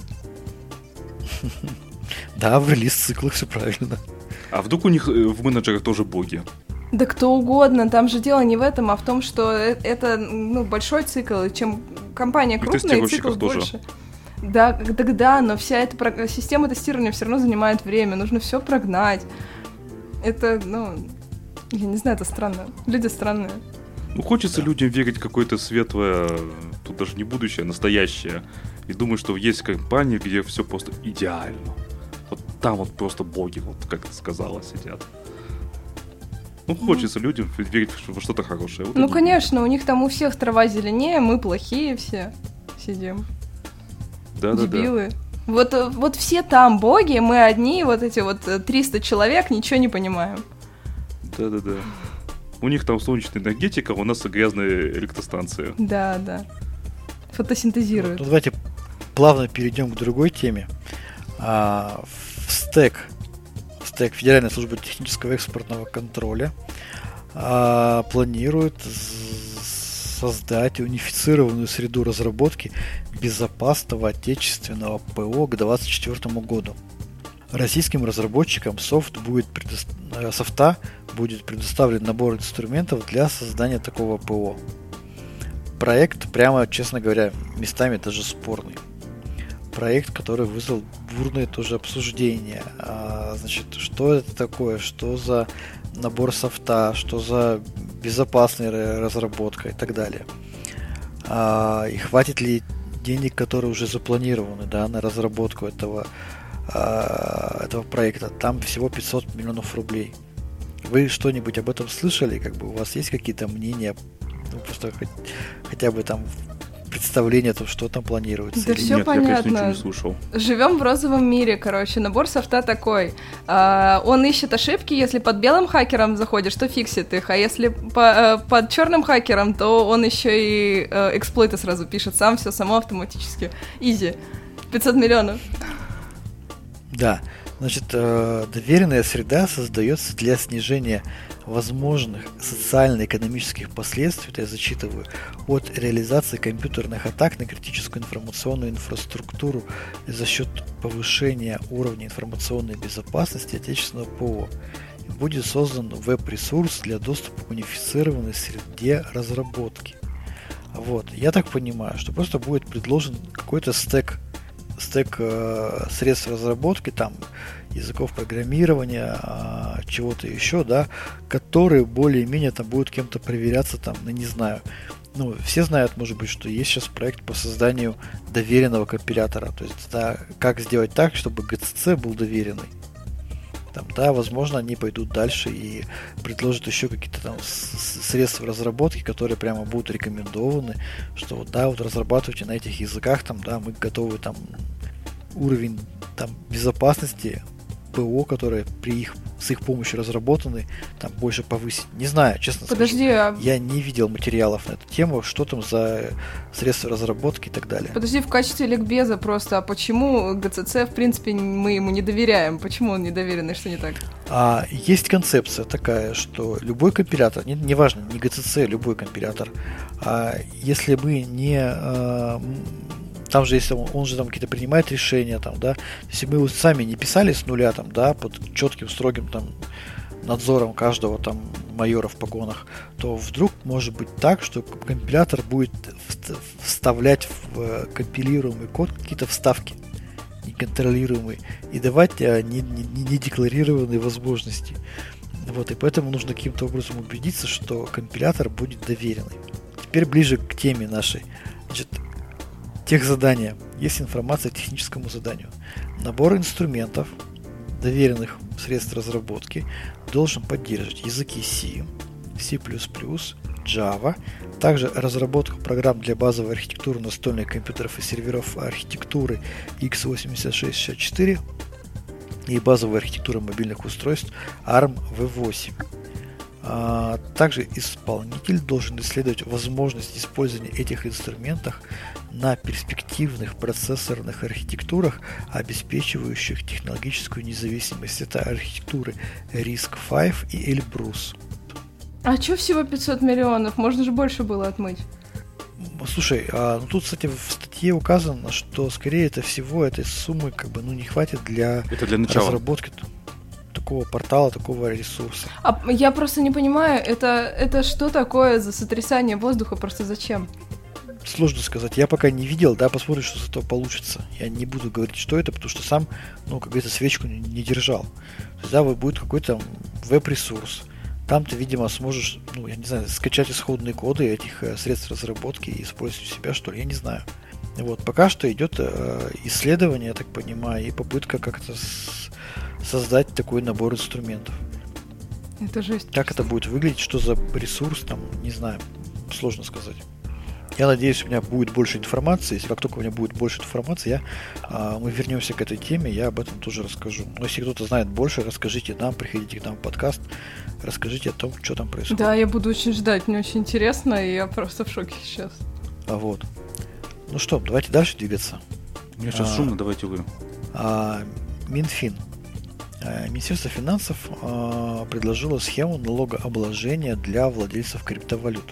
Да, в релиз-циклах все правильно. А вдруг у них в менеджерах тоже боги? Да кто угодно, там же дело не в этом, а в том, что это, ну, большой цикл, и чем компания крупная, цикл больше. Да, тогда, но вся эта про... система тестирования все равно занимает время, нужно все прогнать. Это, ну, я не знаю, это странно. Люди странные. Ну, хочется да. людям верить в какое-то светлое, тут даже не будущее, а настоящее. И думаю, что есть компании, где все просто идеально. Вот там вот просто боги, вот как ты сказала, сидят. Ну, хочется mm. людям верить во что-то хорошее. Вот ну, конечно, у них там у всех трава зеленее, мы плохие все сидим. Да-да-да. Дебилы. Вот, вот все там боги, мы одни, вот эти вот триста человек, ничего не понимаем. Да-да-да. У них там солнечная энергетика, у нас грязная электростанция. Да, да. Фотосинтезируют. Ну, давайте плавно перейдем к другой теме. А, в стэк, стэк Федеральная служба технического экспортного контроля а, планирует создать унифицированную среду разработки безопасного отечественного ПО к двадцать четвёртому году. Российским разработчикам софт будет предо... софта будет предоставлен набор инструментов для создания такого ПО. Проект, прямо, честно говоря, местами даже спорный. Проект, который вызвал бурное тоже обсуждение. А, значит, что это такое, что за набор софта, что за безопасная разработка и так далее. А, и хватит ли денег, которые уже запланированы, да, на разработку этого, а, этого проекта. Там всего пятьсот миллионов рублей. Вы что-нибудь об этом слышали? Как бы у вас есть какие-то мнения? Ну, просто хоть, хотя бы там представление о том, что там планируется. Да все Нет, понятно. я, конечно, ничего не слушал. Живем в розовом мире, короче. Набор софта такой. А, он ищет ошибки, если под белым хакером заходишь, то фиксит их. А если по, под черным хакером, то он еще и э, эксплойты сразу пишет. Сам все само автоматически. Изи. пятьсот миллионов. Да. Значит, э, доверенная среда создается для снижения возможных социально-экономических последствий, это я зачитываю, от реализации компьютерных атак на критическую информационную инфраструктуру за счет повышения уровня информационной безопасности отечественного ПО. Будет создан веб-ресурс для доступа к унифицированной среде разработки. Вот. Я так понимаю, что просто будет предложен какой-то стек стек э, средств разработки, там, языков программирования, э, чего-то еще, да, которые более-менее там будут кем-то проверяться, там, ну, не знаю. Ну, все знают, может быть, что есть сейчас проект по созданию доверенного компилятора. То есть, да, как сделать так, чтобы джи си си был доверенный. Там, да, возможно, они пойдут дальше и предложат еще какие-то там средства разработки, которые прямо будут рекомендованы, что вот, да, вот разрабатывайте на этих языках, там, да, мы готовы там уровень там безопасности ПО, которые при их с их помощью разработаны, там больше повысить. Не знаю, честно Подожди, скажу. А... Я не видел материалов на эту тему, что там за средства разработки и так далее. Подожди, в качестве ликбеза просто, а почему джи си си, в принципе, мы ему не доверяем? Почему он недоверенный, что не так? А, есть концепция такая, что любой компилятор, не, не важно, не джи си си, любой компилятор, а, если мы не... А, там же, если он, он же там какие-то принимает решения, там, да, если мы его сами не писали с нуля, там, да, под четким, строгим там надзором каждого там майора в погонах, то вдруг может быть так, что компилятор будет вставлять в компилируемый код какие-то вставки неконтролируемые и давать недекларированные возможности. Вот, и поэтому нужно каким-то образом убедиться, что компилятор будет доверенный. Теперь ближе к теме нашей. Значит, техзадание. Есть информация к техническому заданию. Набор инструментов, доверенных средств разработки, должен поддерживать языки C, C++, Java, также разработку программ для базовой архитектуры настольных компьютеров и серверов архитектуры икс восемьдесят шесть шестьдесят четыре и базовой архитектуры мобильных устройств арм ви восемь. А также исполнитель должен исследовать возможность использования этих инструментов на перспективных процессорных архитектурах, обеспечивающих технологическую независимость. Это архитектуры риск пять и Эльбрус. А чё всего пятьсот миллионов? Можно же больше было отмыть. Слушай, а, ну тут, кстати, в статье указано, что скорее это всего этой суммы как бы ну не хватит для, это для начала. разработки такого портала, такого ресурса. А я просто не понимаю, это, это что такое за сотрясание воздуха? Просто зачем? Сложно сказать. Я пока не видел, да, посмотрим, что с этого получится. Я не буду говорить, что это, потому что сам, ну, как говорится, свечку не, не держал. То есть, да, будет какой-то веб-ресурс. Там ты, видимо, сможешь, ну, я не знаю, скачать исходные коды этих э, средств разработки и использовать у себя, что ли, я не знаю. Вот, пока что идет э, исследование, я так понимаю, и попытка как-то с- создать такой набор инструментов. Это жесть. Как это будет выглядеть, что за ресурс, там, не знаю, сложно сказать. Я надеюсь, у меня будет больше информации. Если как только у меня будет больше информации, я, а, мы вернемся к этой теме, я об этом тоже расскажу. Но если кто-то знает больше, расскажите нам, приходите к нам в подкаст, расскажите о том, что там происходит. Да, я буду очень ждать, мне очень интересно, и я просто в шоке сейчас. А вот. Ну что, давайте дальше двигаться. Мне сейчас А, шумно, давайте вы. А, Минфин. А, Министерство финансов а, предложило схему налогообложения для владельцев криптовалют.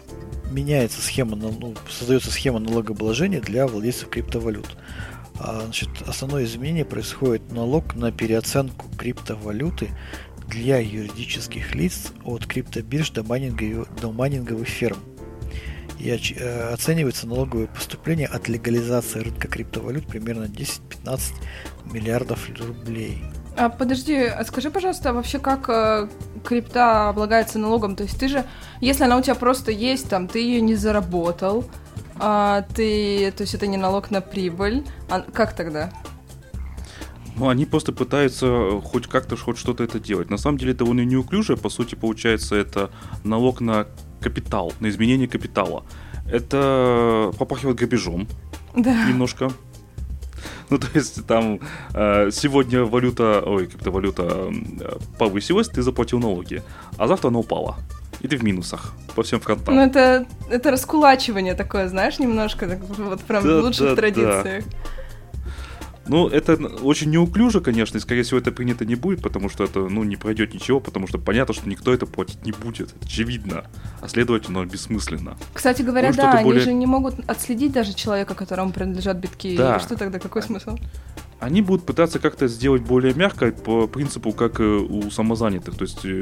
меняется схема, ну, создается схема налогообложения для владельцев криптовалют. А, значит, основное изменение происходит налог на переоценку криптовалюты для юридических лиц от криптобирж до майнинговых, до майнинговых ферм. И оценивается налоговое поступление от легализации рынка криптовалют примерно десять-пятнадцать миллиардов рублей. А подожди, а скажи, пожалуйста, вообще как э, крипта облагается налогом? То есть ты же, если она у тебя просто есть, там, ты ее не заработал, а ты, то есть это не налог на прибыль, а как тогда? Ну, они просто пытаются хоть как-то, хоть что-то это делать. На самом деле это довольно неуклюже, по сути, получается, это налог на капитал, на изменение капитала. Это попахивает грабежом. Да. Немножко. Ну, то есть, там э, сегодня валюта, ой, криптовалюта э, повысилась, ты заплатил налоги, а завтра она упала. И ты в минусах по всем фронтам. Ну, это, это раскулачивание такое, знаешь, немножко, так, вот прям да, в лучших да, традициях. Да. Ну, это очень неуклюже, конечно, и, скорее всего, это принято не будет, потому что это, ну, не пройдет ничего, потому что понятно, что никто это платить не будет, это очевидно, а следовательно, бессмысленно. Кстати говоря, ну, да, они более... же не могут отследить даже человека, которому принадлежат битки, да. Что тогда, какой смысл? Они будут пытаться как-то сделать более мягко, по принципу, как у самозанятых, то есть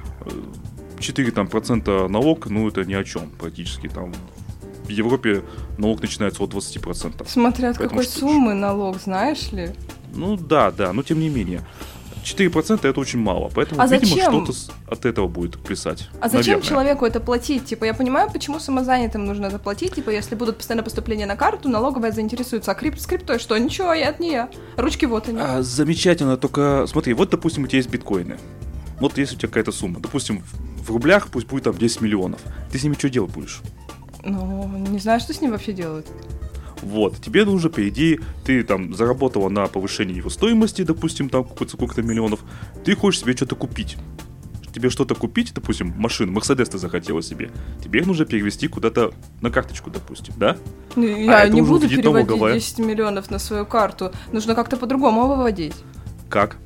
четыре там, процента налог, ну, это ни о чем практически, там... В Европе налог начинается от двадцать процентов. Смотря от Поэтому какой что... суммы налог, знаешь ли? Ну да, да, но тем не менее. четыре процента это очень мало, поэтому, а видимо, зачем? что-то от этого будет плясать. А зачем наверное. человеку это платить? Типа, я понимаю, почему самозанятым нужно это платить. Типа, если будут постоянно поступления на карту, налоговая заинтересуется. А крипт, с криптой что? Ничего, я это не я. Ручки вот они. А, замечательно, только смотри, вот, допустим, у тебя есть биткоины. Вот есть у тебя какая-то сумма. Допустим, в рублях пусть будет там десять миллионов. Ты с ними что делать будешь? Ну, не знаю, что с ним вообще делают. Вот, тебе нужно, по идее, ты там заработала на повышении его стоимости, допустим, там сколько-то миллионов, ты хочешь себе что-то купить. Тебе что-то купить, допустим, машину, Мерседес ты захотела себе, тебе их нужно перевести куда-то на карточку, допустим, да? Я а не буду переводить налоговая. десять миллионов на свою карту, нужно как-то по-другому выводить. Как?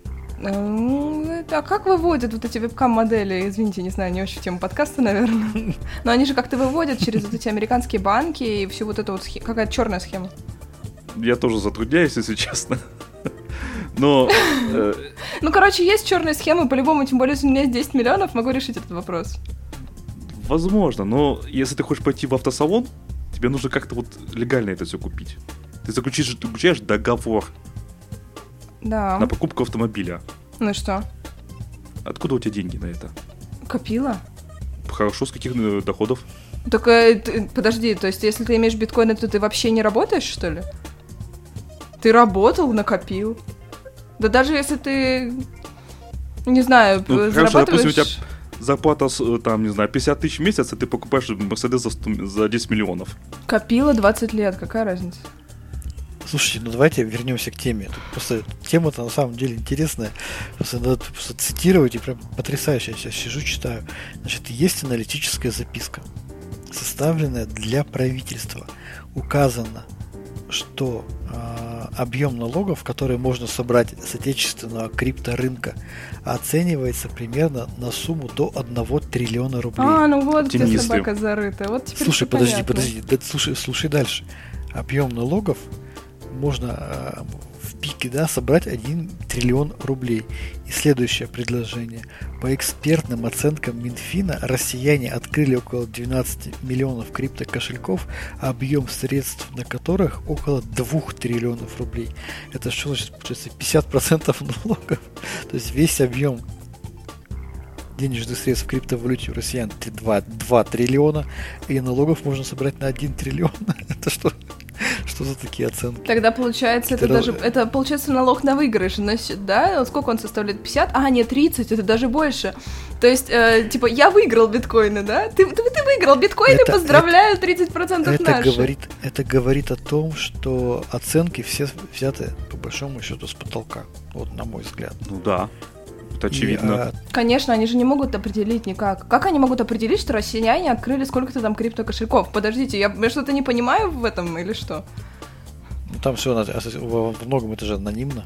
А как выводят вот эти вебкам-модели? Извините, не знаю, не очень в тему подкаста, наверное. Но они же как-то выводят через вот эти американские банки и всю вот эту вот схему. Какая-то черная схема. Я тоже затрудняюсь, если честно. Но... Э... Ну, короче, есть черные схемы, по-любому, тем более, если у меня есть десять миллионов, могу решить этот вопрос. Возможно, но если ты хочешь пойти в автосалон, тебе нужно как-то вот легально это все купить. Ты заключишь, ты заключаешь договор. Да. На покупку автомобиля. Ну и что? Откуда у тебя деньги на это? Копила. Хорошо, с каких доходов? Так, э, подожди, то есть если ты имеешь биткоины, то ты вообще не работаешь, что ли? Ты работал, накопил. Да даже если ты, не знаю, ну, зарабатываешь... Хорошо, допустим, у тебя зарплата, там, не знаю, пятьдесят тысяч в месяц, и ты покупаешь Мерседес за, за десять миллионов. Копила двадцать лет, какая разница? Слушайте, ну давайте вернемся к теме. Тут просто тема-то на самом деле интересная. Просто надо просто цитировать, и прям потрясающе. Я сейчас сижу, читаю. Значит, есть аналитическая записка, составленная для правительства. Указано, что э, объем налогов, которые можно собрать с отечественного крипторынка, оценивается примерно на сумму до одного триллиона рублей. А, ну вот Оптимисты. где собака зарыта. Вот теперь слушай, подожди, понятно. подожди, да, слушай, слушай дальше. Объем налогов можно э, в пике, да, собрать один триллион рублей. И следующее предложение. По экспертным оценкам Минфина, россияне открыли около двенадцать миллионов криптокошельков, а объем средств на которых около два триллионов рублей. Это что значит? Получается пятьдесят процентов налогов. То есть весь объем денежных средств в криптовалюте у россиян два триллиона, и налогов можно собрать на один триллион. Это что? Что за такие оценки? Тогда получается, это, это даже это получается налог на выигрыш, да? Сколько он составляет? пятьдесят? А, нет, тридцать, это даже больше. То есть, э, типа, я выиграл биткоины, да? Ты, ты, ты выиграл биткоины, это, поздравляю, это, тридцать процентов это наши. Говорит, это говорит о том, что оценки все взяты, по большому счету, с потолка. Вот, на мой взгляд. Ну да. Это очевидно. И, а... Конечно, они же не могут определить никак. Как они могут определить, что россияне открыли сколько-то там криптокошельков? Подождите, я, я что-то не понимаю в этом или что? Ну там все во многом это же анонимно.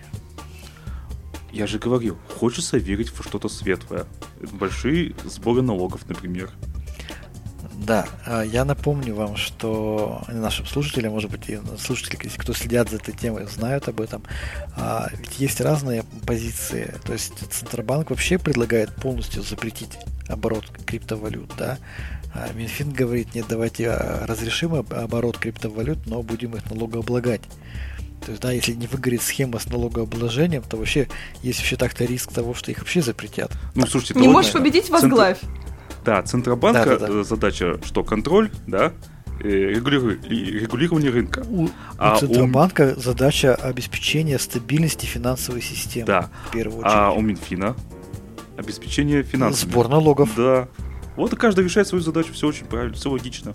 Я же говорил, хочется верить в что-то светлое. Большие сборы налогов, например. Да, я напомню вам, что нашим слушателям, может быть, и слушатели, кто следят за этой темой, знают об этом. Ведь есть разные позиции. То есть Центробанк вообще предлагает полностью запретить оборот криптовалют, да. Минфин говорит, нет, давайте разрешим оборот криптовалют, но будем их налогооблагать. То есть, да, если не выгорит схема с налогообложением, то вообще есть вообще так-то риск того, что их вообще запретят. Ну, слушайте, не можешь победить, возглавь. Центр... Да, Центробанка да, да, да. задача, что контроль, да, регули... регулирование рынка. У, а у Центробанка у... задача обеспечения стабильности финансовой системы. Да. В первую очередь. А у Минфина обеспечение финансов. Сбор налогов. Да. Вот и каждый решает свою задачу, все очень правильно, все логично.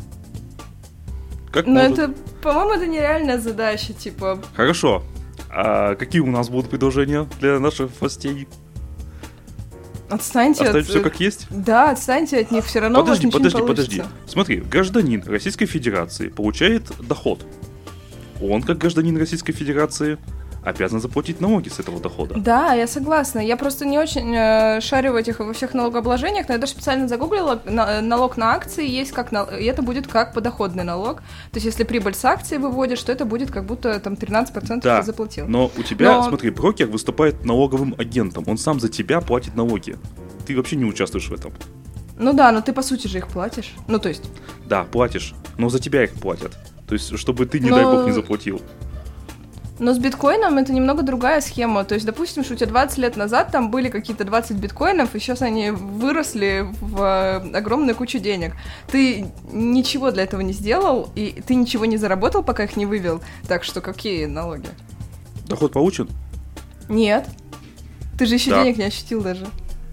Как Но может. это, по-моему, это нереальная задача, типа. Хорошо. А какие у нас будут предложения для наших властей? Отстаньте Оставить от... все как есть? Да, отстаньте от них, все равно подожди, у вас ничего подожди, не получится. подожди. Смотри, гражданин Российской Федерации получает доход. Он, как гражданин Российской Федерации, обязан заплатить налоги с этого дохода. Да, я согласна. Я просто не очень э, шарю в этих, во всех налогообложениях, но я даже специально загуглила, на, налог на акции есть как, на, и это будет как подоходный налог. То есть, если прибыль с акции выводишь, то это будет как будто там тринадцать процентов да, ты заплатил. Но у тебя, но... смотри, брокер выступает налоговым агентом, он сам за тебя платит налоги. Ты вообще не участвуешь в этом. Ну да, но ты по сути же их платишь. Ну то есть... Да, платишь, но за тебя их платят. То есть, чтобы ты, не но... дай бог, не заплатил. Но с биткоином это немного другая схема. То есть, допустим, что у тебя двадцать лет назад там были какие-то двадцать биткоинов, и сейчас они выросли в огромную кучу денег. Ты ничего для этого не сделал, и ты ничего не заработал, пока их не вывел. Так что какие налоги? Доход получен? Нет. Ты же еще да. денег не ощутил даже.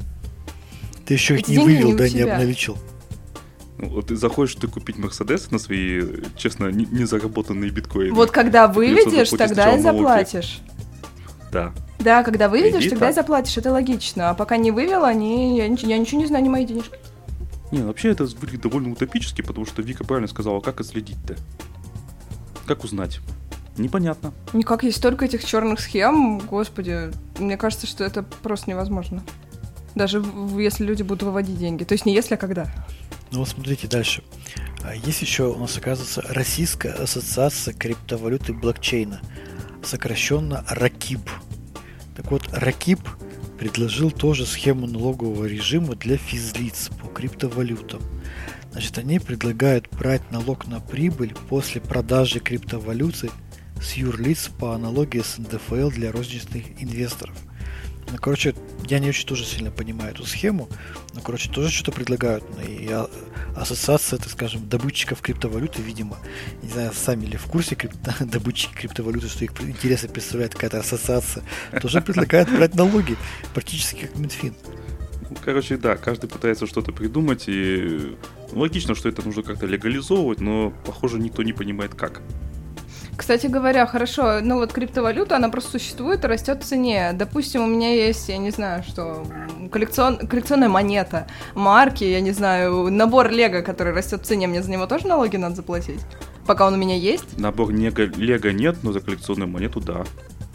Ты еще их Эти не вывел, не да, не обналичил. Ну, вот ты заходишь ты купить Мерседес на свои, честно, не, не заработанные биткоины. Вот когда выведешь, тогда и заплатишь. Да. Да, когда выведешь, Иди тогда так. и заплатишь, это логично. А пока не вывел, они... я, я ничего не знаю, не мои денежки. Не, вообще это выглядит довольно утопически, потому что Вика правильно сказала, как отследить-то? Как узнать? Непонятно. Никак, есть столько этих черных схем, господи, мне кажется, что это просто невозможно. Даже в, если люди будут выводить деньги. То есть не если, а когда. Ну вот смотрите дальше. Есть еще у нас, оказывается, Российская ассоциация криптовалюты и блокчейна, сокращенно РАКИБ. Так вот, РАКИБ предложил тоже схему налогового режима для физлиц по криптовалютам. Значит, они предлагают брать налог на прибыль после продажи криптовалюты с юрлиц по аналогии с эн дэ эф эл для розничных инвесторов. Ну, короче, я не очень тоже сильно понимаю эту схему, но, короче, тоже что-то предлагают. И ассоциация, так скажем, добытчиков криптовалюты, видимо, не знаю, сами ли в курсе крипто... добытчики криптовалюты, что их интересы представляет какая-то ассоциация, тоже предлагает брать налоги, практически как Минфин. Ну, короче, да, каждый пытается что-то придумать, и логично, что это нужно как-то легализовывать, но, похоже, никто не понимает, как. Кстати говоря, хорошо, ну вот криптовалюта, она просто существует и растет в цене. Допустим, у меня есть, я не знаю, что, коллекцион, коллекционная монета, марки, я не знаю, набор Лего, который растет в цене, мне за него тоже налоги надо заплатить? Пока он у меня есть? Набор Лего нет, но за коллекционную монету да.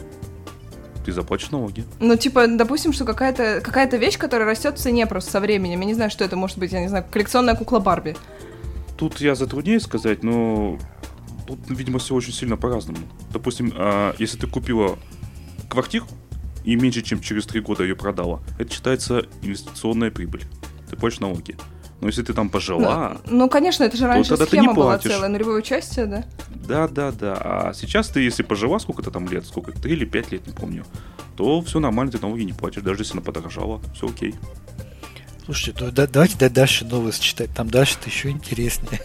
Ты заплатишь налоги. Ну, типа, допустим, что какая-то, какая-то вещь, которая растет в цене просто со временем. Я не знаю, что это может быть, я не знаю, коллекционная кукла Барби. Тут я затрудняюсь сказать, но... Тут, видимо, все очень сильно по-разному. Допустим, если ты купила квартиру и меньше, чем через три года ее продала, это считается инвестиционная прибыль. Ты платишь налоги. Но если ты там пожила... Ну, ну конечно, это же раньше схема была целая, нулевое участие, да? Да, да, да. А сейчас ты, если пожила сколько-то там лет, сколько, три или пять лет, не помню, то все нормально, ты налоги не платишь, даже если она подорожала, все окей. Слушайте, ну, да, давайте да, дальше новость читать, там дальше-то еще интереснее.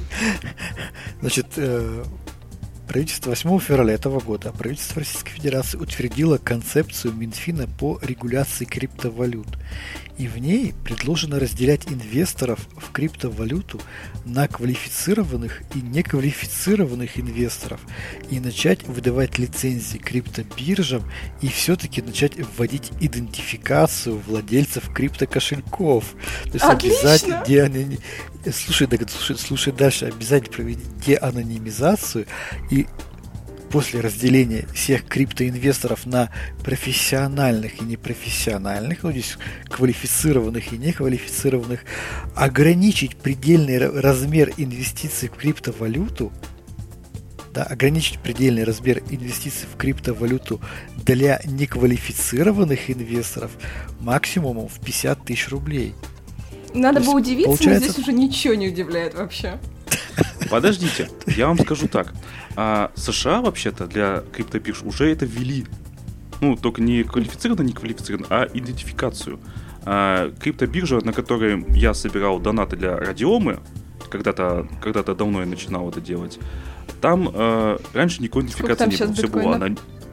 Значит, э, правительство восьмого февраля этого года, правительство Российской Федерации утвердило концепцию Минфина по регуляции криптовалют. И в ней предложено разделять инвесторов в криптовалюту на квалифицированных и неквалифицированных инвесторов и начать выдавать лицензии криптобиржам и все-таки начать вводить идентификацию владельцев криптокошельков. То есть Отлично! обязательно деаноним... слушай, да, слушай, слушай дальше, обязательно провести деанонимизацию и после разделения всех криптоинвесторов на профессиональных и непрофессиональных, ну здесь квалифицированных и неквалифицированных, ограничить предельный размер инвестиций в криптовалюту, да, ограничить предельный размер инвестиций в криптовалюту для неквалифицированных инвесторов максимумом в пятьдесят тысяч рублей. Надо бы удивиться, получается... но здесь уже ничего не удивляет вообще. Подождите, я вам скажу так. А США вообще-то для криптобирж уже это ввели. Ну, только не квалифицированно, не квалифицированно, а идентификацию. А криптобиржа, на которой я собирал донаты для радиомы, когда-то, когда-то давно я начинал это делать, там э, раньше никакой идентификации не было. Все было на...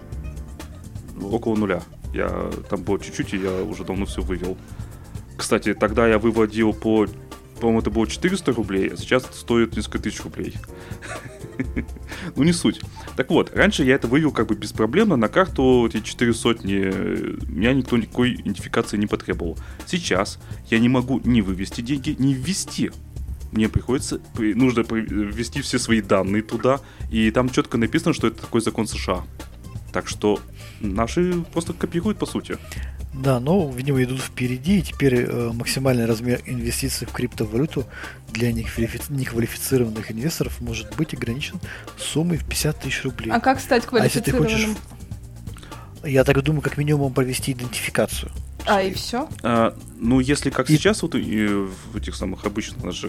около нуля. Я... Там было чуть-чуть, и я уже давно все вывел. Кстати, тогда я выводил по... По-моему, это было четыреста рублей, а сейчас это стоит несколько тысяч рублей. Ну, не суть. Так вот, раньше я это вывел как бы беспроблемно на карту, эти четыре сотни, меня никто никакой идентификации не потребовал. Сейчас я не могу ни вывести деньги, ни ввести. Мне приходится, нужно ввести все свои данные туда, и там четко написано, что это такой закон США. Так что наши просто копируют, по сути. Да, но, видимо, идут впереди, и теперь э, максимальный размер инвестиций в криптовалюту для неквалифи- неквалифицированных инвесторов может быть ограничен суммой в пятьдесят тысяч рублей. А как стать квалифицированным? А если ты хочешь, я так думаю, как минимум провести идентификацию. А, и все? А, ну, если как и... сейчас вот и в этих самых обычных наших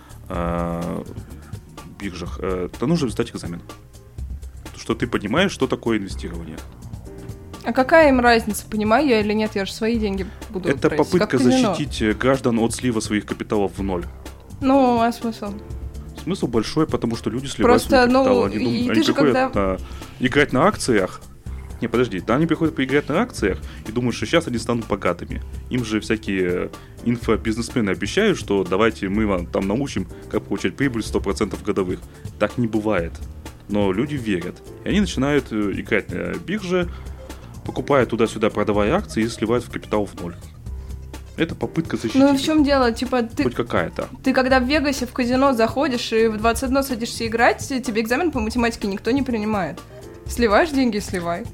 а, биржах, а, то нужно сдать экзамен. Что ты понимаешь, что такое инвестирование. А какая им разница, понимаю я или нет? Я же свои деньги буду Это тратить. попытка защитить граждан от слива своих капиталов в ноль. Ну, а смысл? Смысл большой, потому что люди сливают Просто, свои капиталы. ну, Они, и думают, ты они же приходят когда... на... играть на акциях. Не, подожди, да, они приходят поиграть на акциях и думают, что сейчас они станут богатыми. Им же всякие инфобизнесмены обещают, что давайте мы вам там научим, как получать прибыль сто процентов годовых. Так не бывает. Но люди верят. И они начинают играть на бирже, покупая туда-сюда, продавая акции и сливают в капитал в ноль. Это попытка защитить. Ну, в чем дело? Типа, ты... Хоть какая-то. Ты когда в Вегасе в казино заходишь и в двадцать одно садишься играть, тебе экзамен по математике никто не принимает. Сливаешь деньги — сливай.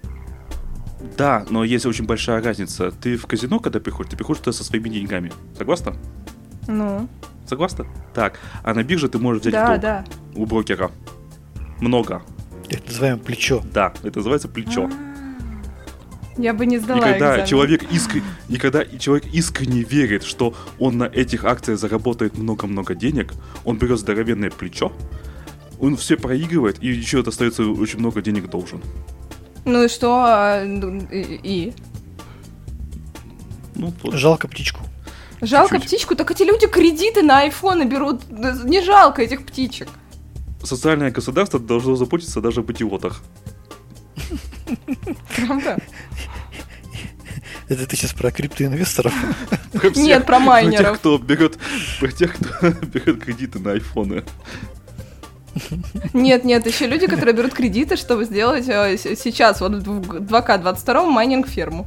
Да, но есть очень большая разница. Ты в казино, когда приходишь, ты приходишь туда со своими деньгами. Согласна? Ну. Согласна? Так. А на бирже ты можешь взять да, долг да. у брокера. Много. Это называем плечо. Да, это называется плечо. Я бы не сдала и когда экзамен. человек искр... и когда человек искренне верит, что он на этих акциях заработает много-много денег, он берет здоровенное плечо, он все проигрывает и еще остается очень много денег должен. Ну и что? И? и? Ну, вот. Жалко птичку. Жалко Чуть-чуть. птичку? Так эти люди кредиты на айфоны берут. Не жалко этих птичек. Социальное государство должно заботиться даже об идиотах. Правда? Это ты сейчас про криптоинвесторов? Нет, про майнеров. Про тех, кто берет, про тех, кто берет кредиты на айфоны. Нет, нет, еще люди, которые берут кредиты, чтобы сделать э, сейчас, вот в два ка двадцать втором, майнинг-ферму.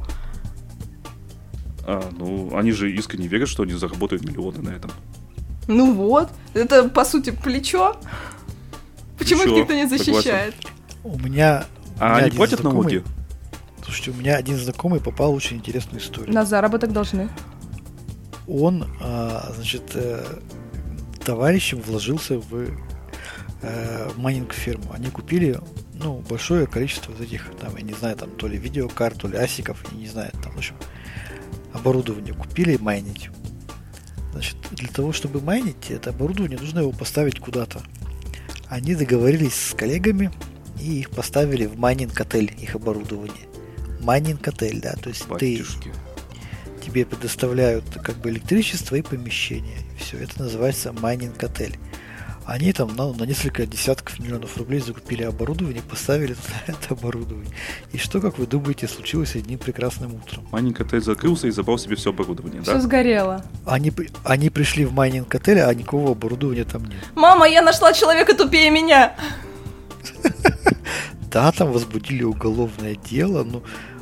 А, ну, они же искренне верят, что они заработают миллионы на этом. Ну вот, это, по сути, плечо. Почему Плечо, их никто не защищает? У меня... у А меня они один платят знакомый- налоги? Слушайте, у меня один знакомый попал в очень интересную историю. На заработок должны. Он, а, значит, э, товарищем вложился в э, майнинг-ферму. Они купили, ну, большое количество вот этих, там, я не знаю, там, то ли видеокарт, то ли асиков, я не знаю, там, в общем, оборудование купили майнить. Значит, для того, чтобы майнить это оборудование, нужно его поставить куда-то. Они договорились с коллегами и их поставили в майнинг-отель, их оборудование. Майнинг-отель, да, то есть Батюшки. ты, тебе предоставляют как бы электричество и помещение. Все, это называется майнинг-отель. Они там ну, на несколько десятков миллионов рублей закупили оборудование, поставили туда это оборудование. И что, как вы думаете, случилось одним прекрасным утром? Майнинг-отель закрылся и забрал себе все оборудование, Все да? сгорело. Они, при- они пришли в майнинг-отель, а никакого оборудования там нет. Мама, я нашла человека тупее меня. Да, там возбудили уголовное дело, но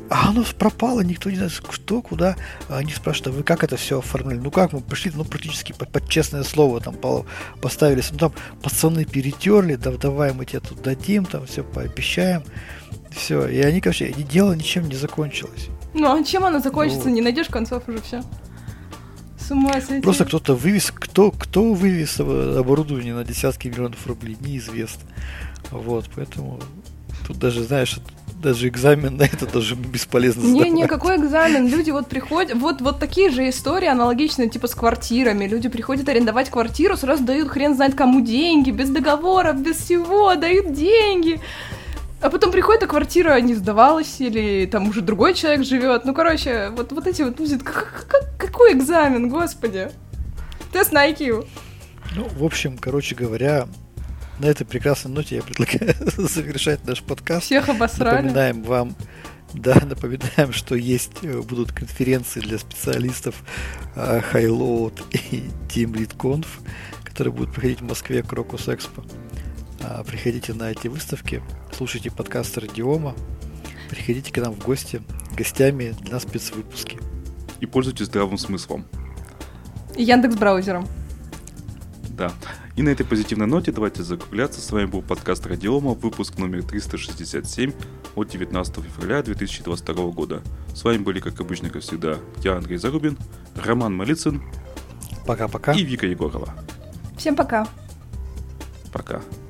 А оно пропало, никто не знает, что, куда. Они спрашивают, а вы как это все оформили? Ну как, мы пришли, ну практически под, под честное слово там поставились. Ну там пацаны перетерли, да, давай мы тебе тут дадим, там все пообещаем. Все, и они, короче, дело ничем не закончилось. Ну а чем оно закончится? Ну, не найдешь концов уже все. С ума сойти. Просто кто-то вывез, кто, кто вывез оборудование на десятки миллионов рублей, неизвестно. Вот, поэтому тут даже, знаешь, даже экзамен на это тоже бесполезно сдавать. Не, не, какой экзамен? Люди вот приходят, вот, вот такие же истории аналогичные, типа с квартирами. Люди приходят арендовать квартиру, сразу дают хрен знает кому деньги, без договоров, без всего, дают деньги. А потом приходит, а квартира не сдавалась, или там уже другой человек живет. Ну, короче, вот, вот эти вот... Какой экзамен, господи? Тест на ай кью. Ну, в общем, короче говоря, на этой прекрасной ноте я предлагаю завершать наш подкаст. Всех обосрали. Напоминаем вам, да, напоминаем, что есть, будут конференции для специалистов uh, Highload и Team Lead Conf, которые будут проходить в Москве к Crocus Expo. Uh, приходите на эти выставки, слушайте подкаст Радиома, приходите к нам в гости, гостями на спецвыпуски. И пользуйтесь здравым смыслом. И Яндекс.Браузером. Да. И на этой позитивной ноте давайте закругляться. С вами был подкаст Радиома, выпуск номер триста шестьдесят семь от девятнадцатого февраля две тысячи двадцать второго года. С вами были, как обычно, как всегда, я, Андрей Зарубин, Роман Малицын. Пока-пока. И Вика Егорова. Всем пока. Пока.